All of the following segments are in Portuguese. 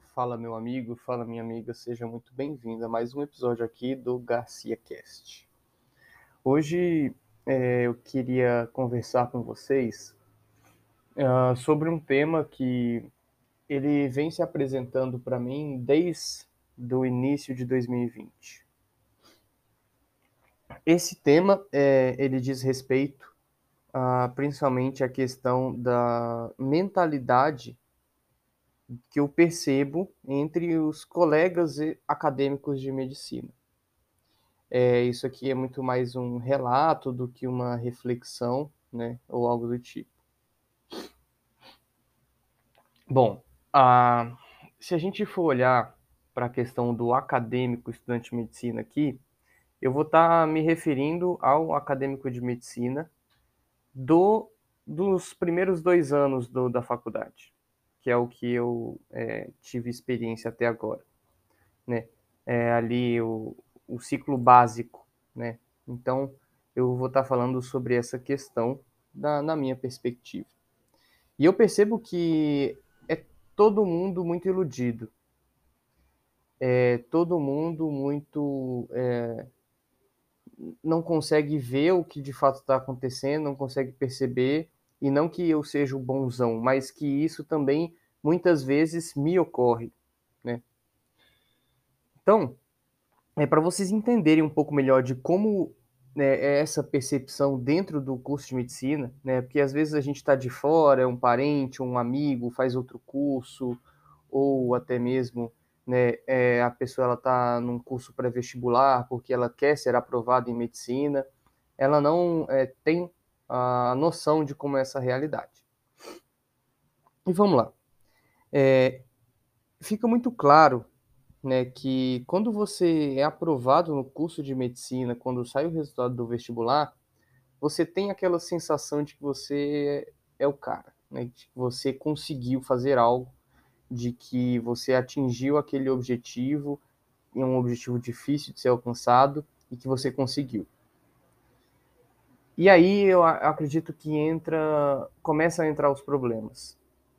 Fala meu amigo, fala minha amiga, seja muito bem-vindo a mais um episódio aqui do Garcia Cast. Hoje eu queria conversar com vocês sobre um tema que ele vem se apresentando para mim desde o início de 2020. Esse tema ele diz respeito principalmente à questão da mentalidade que eu percebo entre os colegas acadêmicos de medicina. Isso aqui é muito mais um relato do que uma reflexão, né, ou algo do tipo. Bom, se a gente for olhar para a questão do acadêmico estudante de medicina aqui, eu vou estar me referindo ao acadêmico de medicina dos primeiros 2 anos da faculdade, que é o que eu tive experiência até agora, né? Ali o ciclo básico, né? Então, eu vou estar falando sobre essa questão na minha perspectiva. E eu percebo que é todo mundo muito iludido, todo mundo muito não consegue ver o que de fato está acontecendo, não consegue perceber, e não que eu seja o bonzão, mas que isso também muitas vezes me ocorre, né? Então, para vocês entenderem um pouco melhor de como, né, é essa percepção dentro do curso de medicina, né? Porque às vezes a gente está de fora, é um parente, um amigo, faz outro curso, ou até mesmo, né, a pessoa ela está num curso pré-vestibular porque ela quer ser aprovada em medicina, ela não tem a noção de como é essa realidade. E vamos lá. Fica muito claro, né, que quando você é aprovado no curso de medicina, quando sai o resultado do vestibular, você tem aquela sensação de que você é o cara, né, de que você conseguiu fazer algo, de que você atingiu aquele objetivo, e é um objetivo difícil de ser alcançado, e que você conseguiu. E aí eu acredito que começa a entrar os problemas.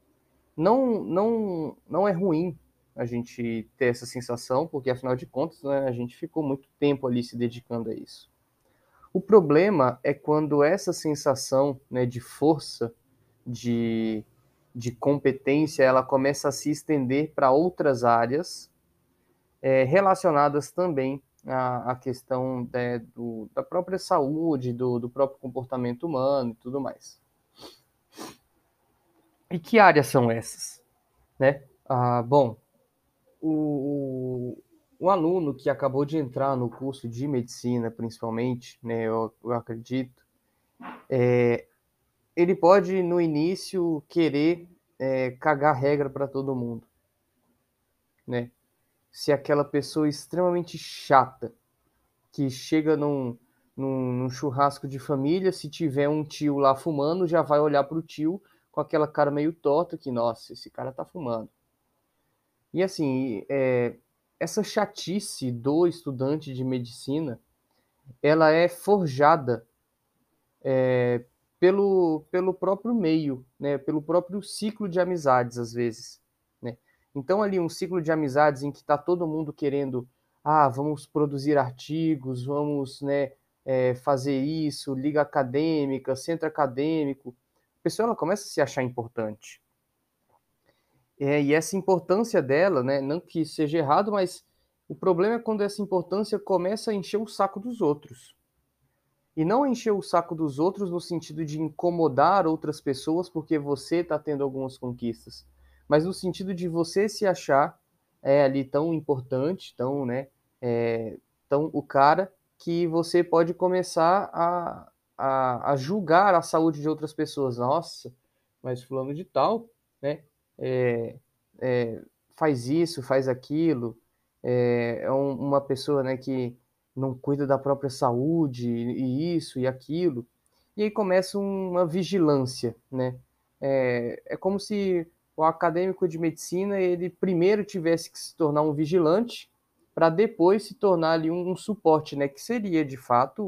Não é ruim a gente ter essa sensação, porque afinal de contas, né, a gente ficou muito tempo ali se dedicando a isso. O problema é quando essa sensação, né, de força, de, de competência, ela começa a se estender para outras áreas relacionadas também à questão, né, da própria saúde, do próprio comportamento humano e tudo mais. E que áreas são essas, né? Bom, o aluno que acabou de entrar no curso de medicina, principalmente, né, eu acredito, ele pode, no início, querer cagar regra para todo mundo, né? Se aquela pessoa extremamente chata, que chega num churrasco de família, se tiver um tio lá fumando, já vai olhar para o tio com aquela cara meio torta, que, nossa, esse cara tá fumando. E assim, essa chatice do estudante de medicina, ela é forjada pelo próprio meio, né? Pelo próprio ciclo de amizades, às vezes, né? Então ali um ciclo de amizades em que está todo mundo querendo, vamos produzir artigos, vamos, né, fazer isso, liga acadêmica, centro acadêmico, a pessoa ela começa a se achar importante. E essa importância dela, né, não que seja errado, mas o problema é quando essa importância começa a encher o saco dos outros. E não encher o saco dos outros no sentido de incomodar outras pessoas porque você está tendo algumas conquistas, mas no sentido de você se achar ali tão importante, tão, né, tão o cara que você pode começar a julgar a saúde de outras pessoas. Nossa, mas fulano de tal, né, é, faz isso, faz aquilo, uma pessoa, né, que não cuida da própria saúde, e isso e aquilo. E aí começa uma vigilância, né? É como se o acadêmico de medicina, ele primeiro tivesse que se tornar um vigilante, para depois se tornar ali um suporte, né? Que seria, de fato,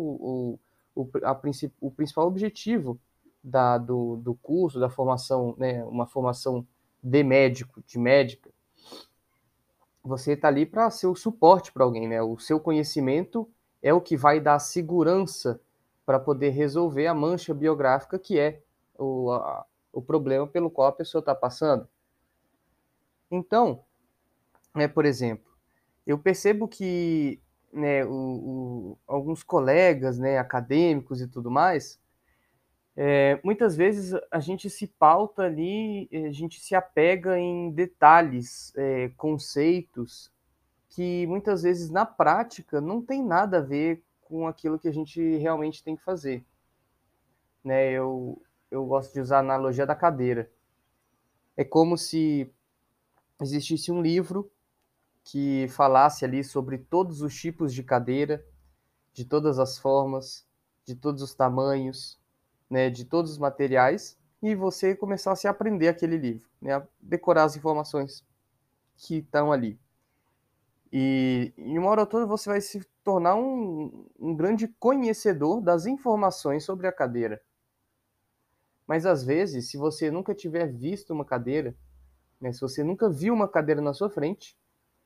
o principal objetivo do curso, da formação, né? Uma formação de médico, de médica. você está ali para ser o suporte para alguém, né? O seu conhecimento é o que vai dar segurança para poder resolver a mancha biográfica que é o problema pelo qual a pessoa está passando. Então, né, por exemplo, eu percebo que, né, alguns colegas, né, acadêmicos e tudo mais, muitas vezes a gente se pauta ali, a gente se apega em detalhes, conceitos que muitas vezes na prática não tem nada a ver com aquilo que a gente realmente tem que fazer, né? Eu gosto de usar a analogia da cadeira. É como se existisse um livro que falasse ali sobre todos os tipos de cadeira, de todas as formas, de todos os tamanhos, né, de todos os materiais, e você começasse a aprender aquele livro, né, a decorar as informações que estão ali. E em uma hora ou outra você vai se tornar um grande conhecedor das informações sobre a cadeira. Mas às vezes, se você nunca tiver visto uma cadeira, né, se você nunca viu uma cadeira na sua frente,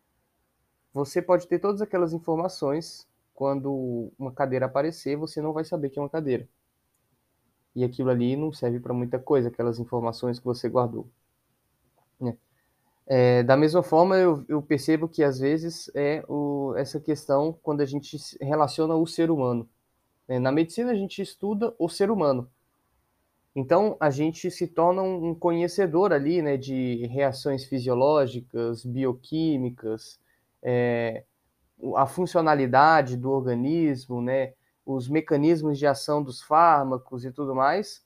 você pode ter todas aquelas informações. Quando uma cadeira aparecer, você não vai saber que é uma cadeira. E aquilo ali não serve para muita coisa, aquelas informações que você guardou, né? Da mesma forma, eu percebo que às vezes essa questão quando a gente relaciona o ser humano, né? Na medicina, a gente estuda o ser humano. Então, a gente se torna um conhecedor ali, né, de reações fisiológicas, bioquímicas, é, a funcionalidade do organismo, né, os mecanismos de ação dos fármacos e tudo mais.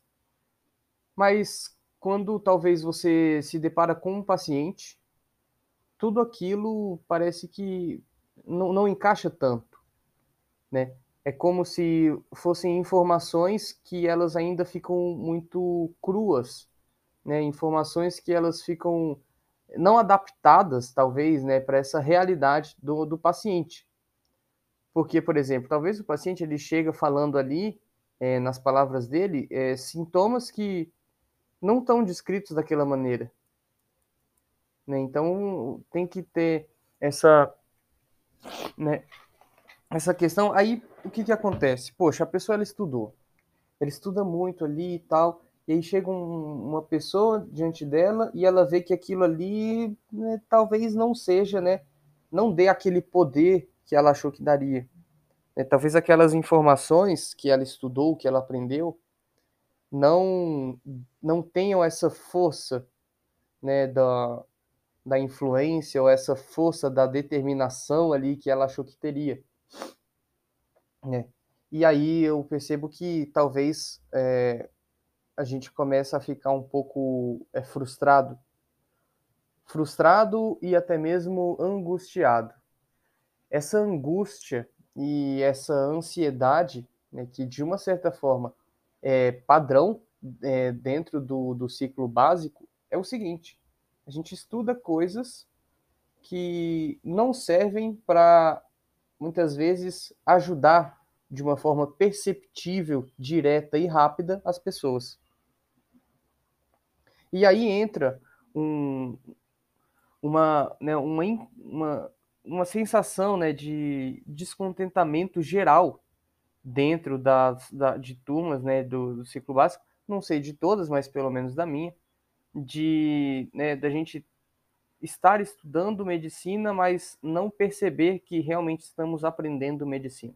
Mas quando talvez você se depara com um paciente, tudo aquilo parece que não encaixa tanto, né? É como se fossem informações que elas ainda ficam muito cruas, né? Informações que elas ficam não adaptadas, talvez, né, para essa realidade do paciente. Porque, por exemplo, talvez o paciente ele chega falando ali, nas palavras dele, sintomas que não estão descritos daquela maneira, né? Então tem que ter essa, né, essa questão. Aí o que que acontece? Poxa, a pessoa ela estuda muito ali e tal, e aí chega uma pessoa diante dela e ela vê que aquilo ali, né, talvez não seja, né, não dê aquele poder que ela achou que daria. Né? Talvez aquelas informações que ela estudou, que ela aprendeu, não não tenham essa força, né, da influência ou essa força da determinação ali que ela achou que teria, né? E aí eu percebo que talvez a gente começa a ficar um pouco frustrado e até mesmo angustiado. Essa angústia e essa ansiedade, né, que de uma certa forma é padrão dentro do ciclo básico, é o seguinte: a gente estuda coisas que não servem para, muitas vezes, ajudar de uma forma perceptível, direta e rápida as pessoas. E aí entra um, né, uma sensação, né, de descontentamento geral dentro de turmas, né, do ciclo básico, não sei de todas, mas pelo menos da minha, né, da gente estar estudando medicina, mas não perceber que realmente estamos aprendendo medicina.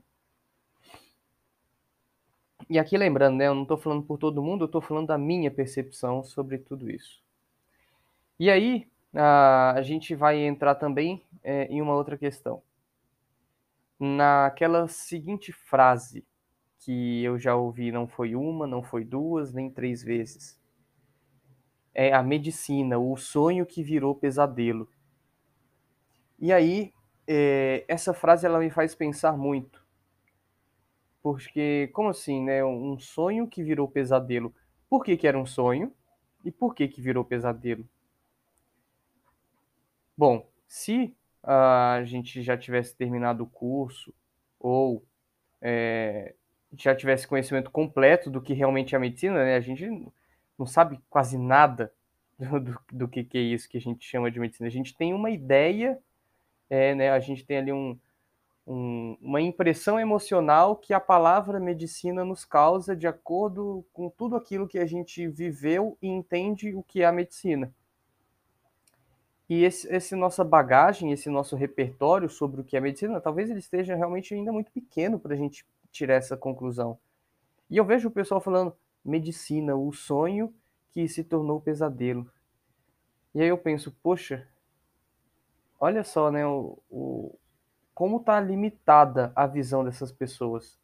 E aqui lembrando, né, eu não estou falando por todo mundo, eu estou falando da minha percepção sobre tudo isso. E aí, a gente vai entrar também em uma outra questão. Naquela seguinte frase que eu já ouvi, não foi uma, não foi duas, nem três vezes. É a medicina, o sonho que virou pesadelo. E aí, essa frase ela me faz pensar muito. Porque, como assim, né? Um sonho que virou pesadelo. Por que que era um sonho? E por que que virou pesadelo? Bom, se a gente já tivesse terminado o curso, ou já tivesse conhecimento completo do que realmente é a medicina, né? A gente não sabe quase nada do que é isso que a gente chama de medicina. A gente tem uma ideia né, a gente tem ali uma impressão emocional que a palavra medicina nos causa de acordo com tudo aquilo que a gente viveu e entende o que é a medicina. E esse nossa bagagem, esse nosso repertório sobre o que é medicina, talvez ele esteja realmente ainda muito pequeno para a gente tirar essa conclusão. E eu vejo o pessoal falando medicina, o sonho que se tornou pesadelo. E aí eu penso, poxa, olha só, né, como está limitada a visão dessas pessoas.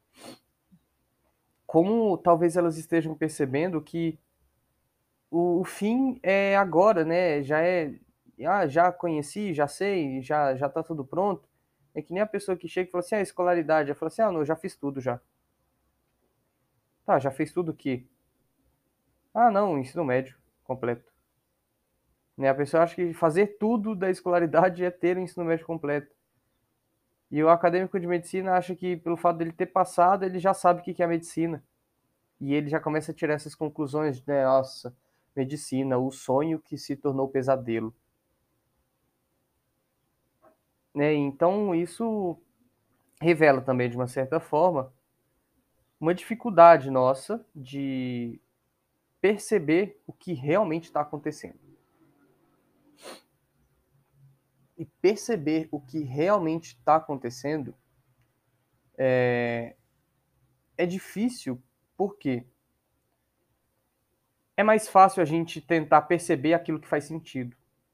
Como talvez elas estejam percebendo que o fim é agora, né? Já conheci, já sei, já tá tudo pronto. É que nem a pessoa que chega e fala assim, a escolaridade. Eu falo assim, não, eu já fiz tudo já. Tá, já fez tudo o quê? Ah, não, ensino médio completo. Né? A pessoa acha que fazer tudo da escolaridade é ter o ensino médio completo. E o acadêmico de medicina acha que pelo fato dele ter passado, ele já sabe o que é a medicina. E ele já começa a tirar essas conclusões, né? Nossa, medicina, o sonho que se tornou pesadelo. Né? Então, isso revela também, de uma certa forma, uma dificuldade nossa de perceber o que realmente está acontecendo. E perceber o que realmente está acontecendo é difícil, porque é mais fácil a gente tentar perceber aquilo que faz sentido.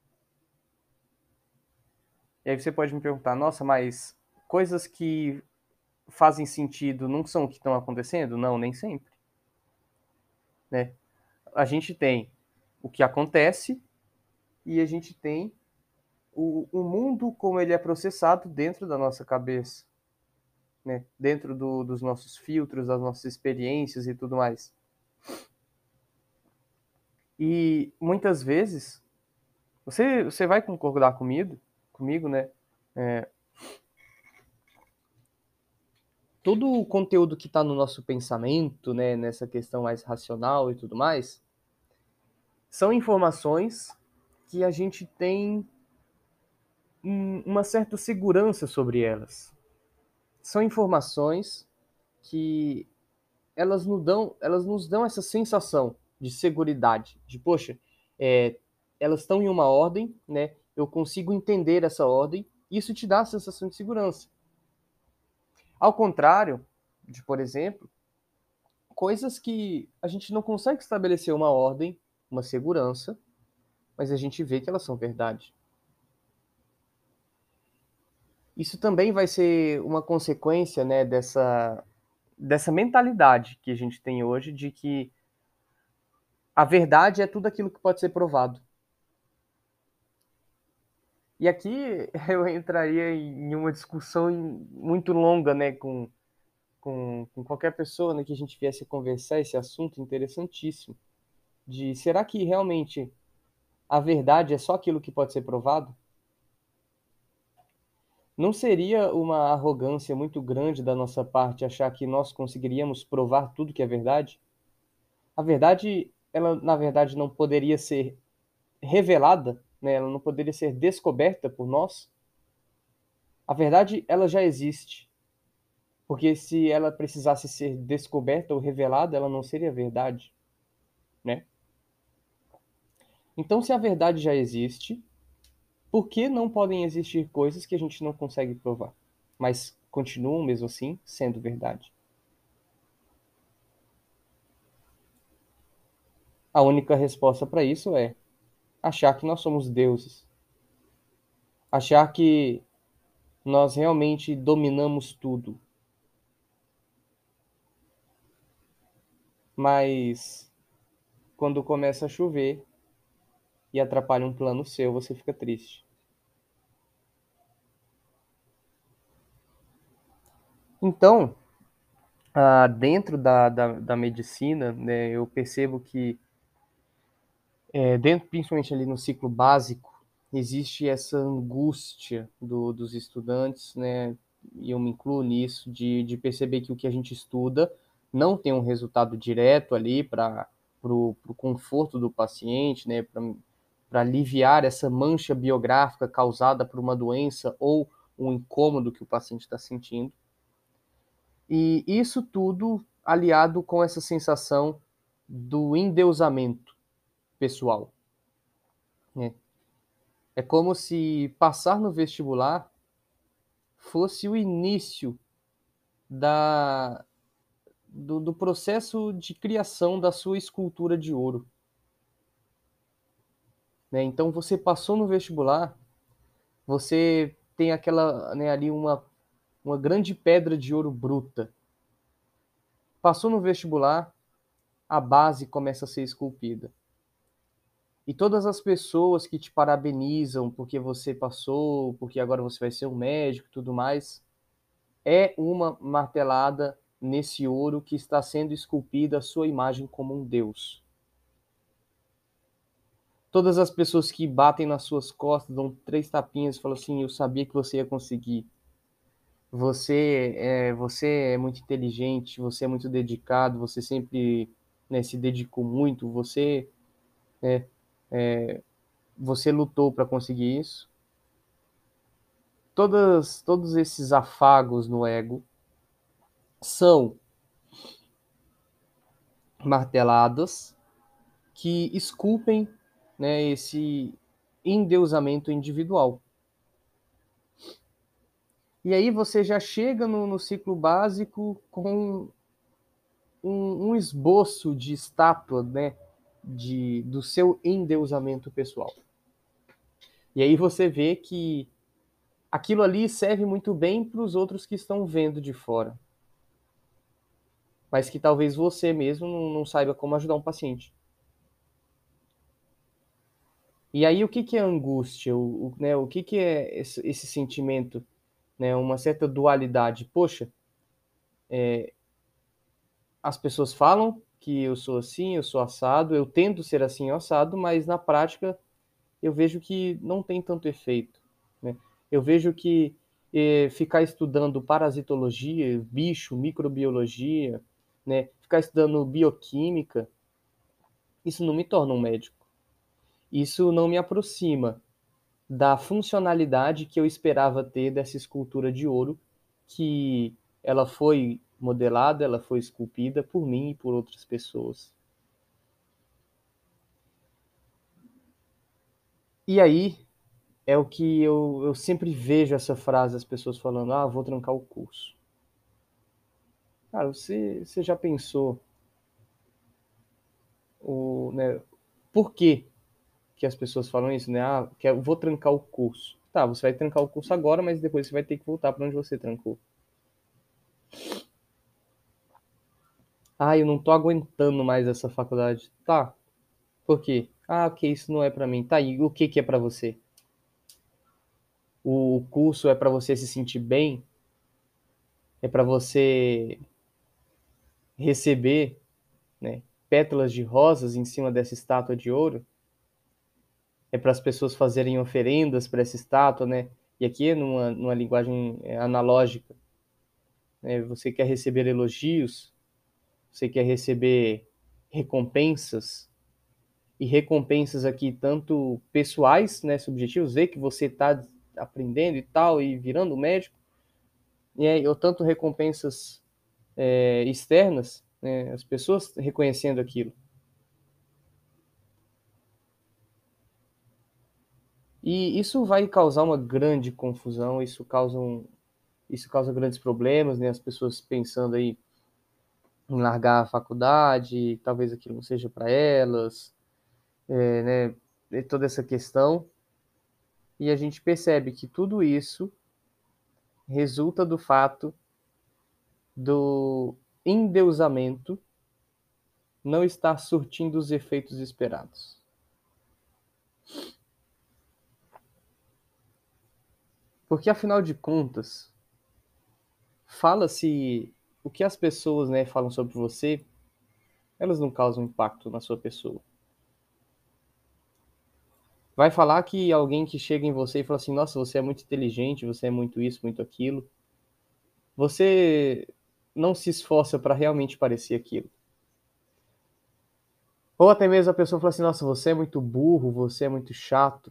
E aí você pode me perguntar, nossa, mas coisas que fazem sentido não são o que estão acontecendo? Não, nem sempre. Né? A gente tem o que acontece e a gente tem o mundo como ele é processado dentro da nossa cabeça, né? Dentro dos nossos filtros, das nossas experiências e tudo mais. E muitas vezes, você vai concordar comigo, né? É, todo o conteúdo que está no nosso pensamento, né, nessa questão mais racional e tudo mais, são informações que a gente tem uma certa segurança sobre elas. São informações que elas nos dão essa sensação de seguridade, de poxa, é, elas estão em uma ordem, né? Eu consigo entender essa ordem, e isso te dá a sensação de segurança. Ao contrário de, por exemplo, coisas que a gente não consegue estabelecer uma ordem, uma segurança, mas a gente vê que elas são verdade. Isso também vai ser uma consequência, né, dessa mentalidade que a gente tem hoje de que a verdade é tudo aquilo que pode ser provado. E aqui eu entraria em uma discussão muito longa, né, com qualquer pessoa, né, que a gente viesse a conversar esse assunto interessantíssimo, de será que realmente a verdade é só aquilo que pode ser provado? Não seria uma arrogância muito grande da nossa parte achar que nós conseguiríamos provar tudo que é verdade? A verdade, ela na verdade não poderia ser revelada, né? Ela não poderia ser descoberta por nós? A verdade, ela já existe. Porque se ela precisasse ser descoberta ou revelada, ela não seria verdade, né? Então, se a verdade já existe, por que não podem existir coisas que a gente não consegue provar, mas continuam mesmo assim sendo verdade? A única resposta para isso é achar que nós somos deuses, achar que nós realmente dominamos tudo. Mas quando começa a chover e atrapalha um plano seu, você fica triste. Então, dentro da medicina, né, eu percebo que, dentro, principalmente ali no ciclo básico, existe essa angústia dos estudantes, né, e eu me incluo nisso, de perceber que o que a gente estuda não tem um resultado direto ali para o conforto do paciente, né, para para aliviar essa mancha biográfica causada por uma doença ou um incômodo que o paciente está sentindo. E isso tudo aliado com essa sensação do endeusamento pessoal, né? É como se passar no vestibular fosse o início da, do processo de criação da sua escultura de ouro, né? Então você passou no vestibular, você tem aquela, né, ali uma grande pedra de ouro bruta. Passou no vestibular, a base começa a ser esculpida. E todas as pessoas que te parabenizam porque você passou, porque agora você vai ser um médico e tudo mais, é uma martelada nesse ouro que está sendo esculpida a sua imagem como um deus. Todas as pessoas que batem nas suas costas, dão 3 tapinhas e falam assim, eu sabia que você ia conseguir. Você é muito inteligente, você é muito dedicado, você sempre, né, se dedicou muito, você lutou para conseguir isso. Todos esses afagos no ego são marteladas que esculpem, né, esse endeusamento individual. E aí você já chega no ciclo básico com um esboço de estátua, né, do seu endeusamento pessoal. E aí você vê que aquilo ali serve muito bem para os outros que estão vendo de fora, mas que talvez você mesmo não saiba como ajudar um paciente. E aí o que é angústia? Né, o que é esse sentimento, né, uma certa dualidade? Poxa, as pessoas falam que eu sou assim, eu sou assado, eu tento ser assim assado, mas na prática eu vejo que não tem tanto efeito, né? Eu vejo que ficar estudando parasitologia, bicho, microbiologia, né, ficar estudando bioquímica, isso não me torna um médico. Isso não me aproxima da funcionalidade que eu esperava ter dessa escultura de ouro, que ela foi modelada, ela foi esculpida por mim e por outras pessoas. E aí é o que eu sempre vejo essa frase, as pessoas falando, ah, vou trancar o curso. Cara, você já pensou né, por que as pessoas falam isso, né? Ah, eu vou trancar o curso. Tá, você vai trancar o curso agora, mas depois você vai ter que voltar para onde você trancou. Ah, eu não tô aguentando mais essa faculdade. Tá, por quê? Ah, ok, isso não é para mim. Tá, e o que é para você? O curso é para você se sentir bem? É para você receber, né, pétalas de rosas em cima dessa estátua de ouro? É para as pessoas fazerem oferendas para essa estátua, né? E aqui é numa linguagem analógica, né? Você quer receber elogios, você quer receber recompensas, e recompensas aqui tanto pessoais, né, subjetivos, ver que você está aprendendo e tal, e virando médico, ou tanto recompensas externas, né, as pessoas reconhecendo aquilo. E isso vai causar uma grande confusão, isso causa grandes problemas, né, as pessoas pensando aí em largar a faculdade, talvez aquilo não seja para elas, né, toda essa questão. E a gente percebe que tudo isso resulta do fato do endeusamento não estar surtindo os efeitos esperados. Porque, afinal de contas, fala-se o que as pessoas, né, falam sobre você, elas não causam impacto na sua pessoa. Vai falar que alguém que chega em você e fala assim, nossa, você é muito inteligente, você é muito isso, muito aquilo. Você não se esforça para realmente parecer aquilo. Ou até mesmo a pessoa fala assim, nossa, você é muito burro, você é muito chato.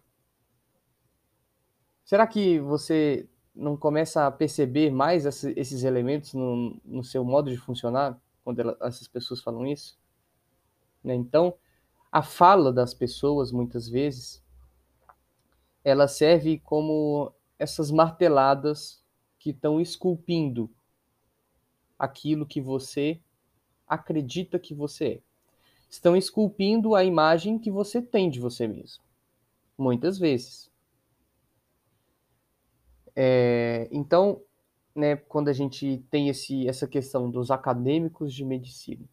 Será que você não começa a perceber mais esses elementos no seu modo de funcionar quando essas pessoas falam isso? Né? Então, a fala das pessoas, muitas vezes, ela serve como essas marteladas que estão esculpindo aquilo que você acredita que você é. Estão esculpindo a imagem que você tem de você mesmo, muitas vezes. Então, né, quando a gente tem essa questão dos acadêmicos de medicina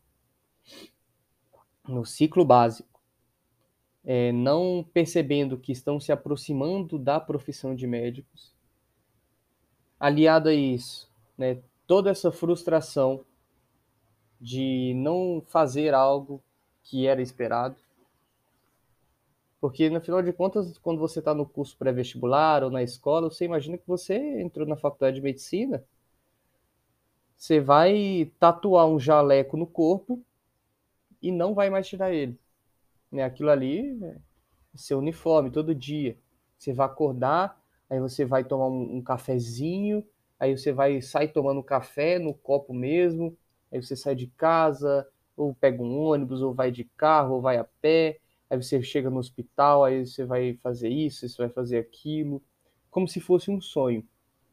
no ciclo básico, não percebendo que estão se aproximando da profissão de médicos, aliado a isso, né, toda essa frustração de não fazer algo que era esperado, porque no final de contas, quando você está no curso pré-vestibular ou na escola, você imagina que você entrou na faculdade de medicina, você vai tatuar um jaleco no corpo e não vai mais tirar ele, né? Aquilo ali é seu uniforme todo dia. Você vai acordar, aí você vai tomar um cafezinho, aí você vai sair tomando café no copo mesmo, aí você sai de casa, ou pega um ônibus, ou vai de carro, ou vai a pé, aí você chega no hospital, aí você vai fazer isso, você vai fazer aquilo, como se fosse um sonho,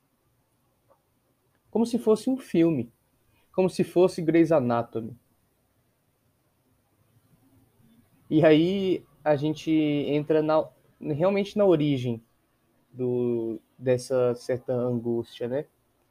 como se fosse um filme, como se fosse Grey's Anatomy. E aí a gente entra realmente na origem dessa certa angústia, né?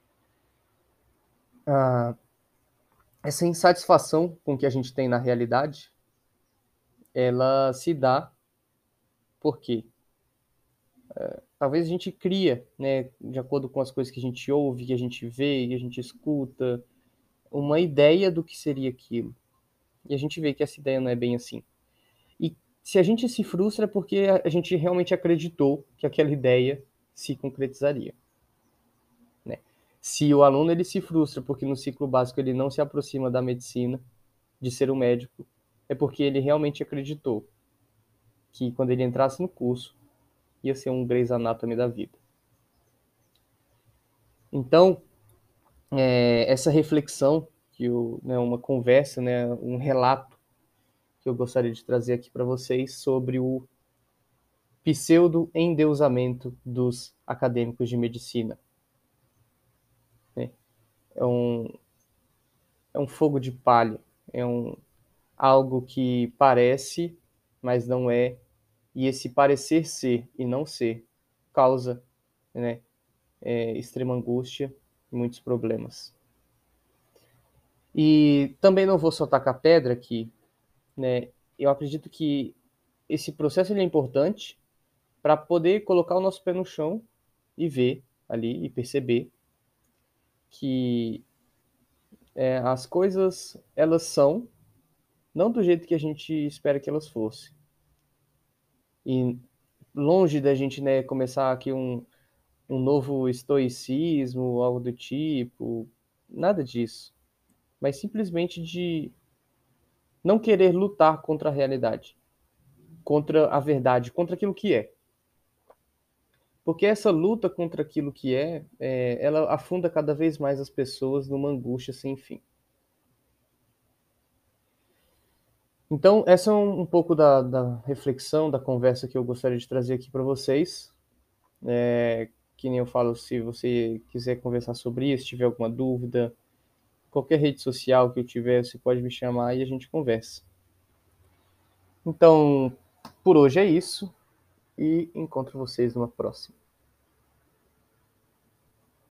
Ah, essa insatisfação com que a gente tem na realidade, ela se dá porque talvez a gente cria, né, de acordo com as coisas que a gente ouve, que a gente vê, que a gente escuta, uma ideia do que seria aquilo. E a gente vê que essa ideia não é bem assim. E se a gente se frustra é porque a gente realmente acreditou que aquela ideia se concretizaria, né? Se o aluno ele se frustra porque no ciclo básico ele não se aproxima da medicina, de ser um médico, é porque ele realmente acreditou que quando ele entrasse no curso ia ser um Grey's Anatomy da vida. Então, essa reflexão, né, uma conversa, né, um relato que eu gostaria de trazer aqui para vocês sobre o pseudo-endeusamento dos acadêmicos de medicina. Né? É, um, é um fogo de palha, algo que parece, mas não é, e esse parecer ser e não ser causa, né, extrema angústia e muitos problemas. E também não vou só tacar pedra aqui, né? Eu acredito que esse processo ele é importante para poder colocar o nosso pé no chão e ver ali e perceber que as coisas elas são não do jeito que a gente espera que elas fossem. E longe da gente, né, começar aqui um novo estoicismo, algo do tipo, nada disso. Mas simplesmente de não querer lutar contra a realidade, contra a verdade, contra aquilo que é. Porque essa luta contra aquilo que ela afunda cada vez mais as pessoas numa angústia sem fim. Então, essa é um pouco da reflexão, da conversa que eu gostaria de trazer aqui para vocês. Que nem eu falo, se você quiser conversar sobre isso, tiver alguma dúvida, qualquer rede social que eu tiver, você pode me chamar e a gente conversa. Então, por hoje é isso e encontro vocês numa próxima.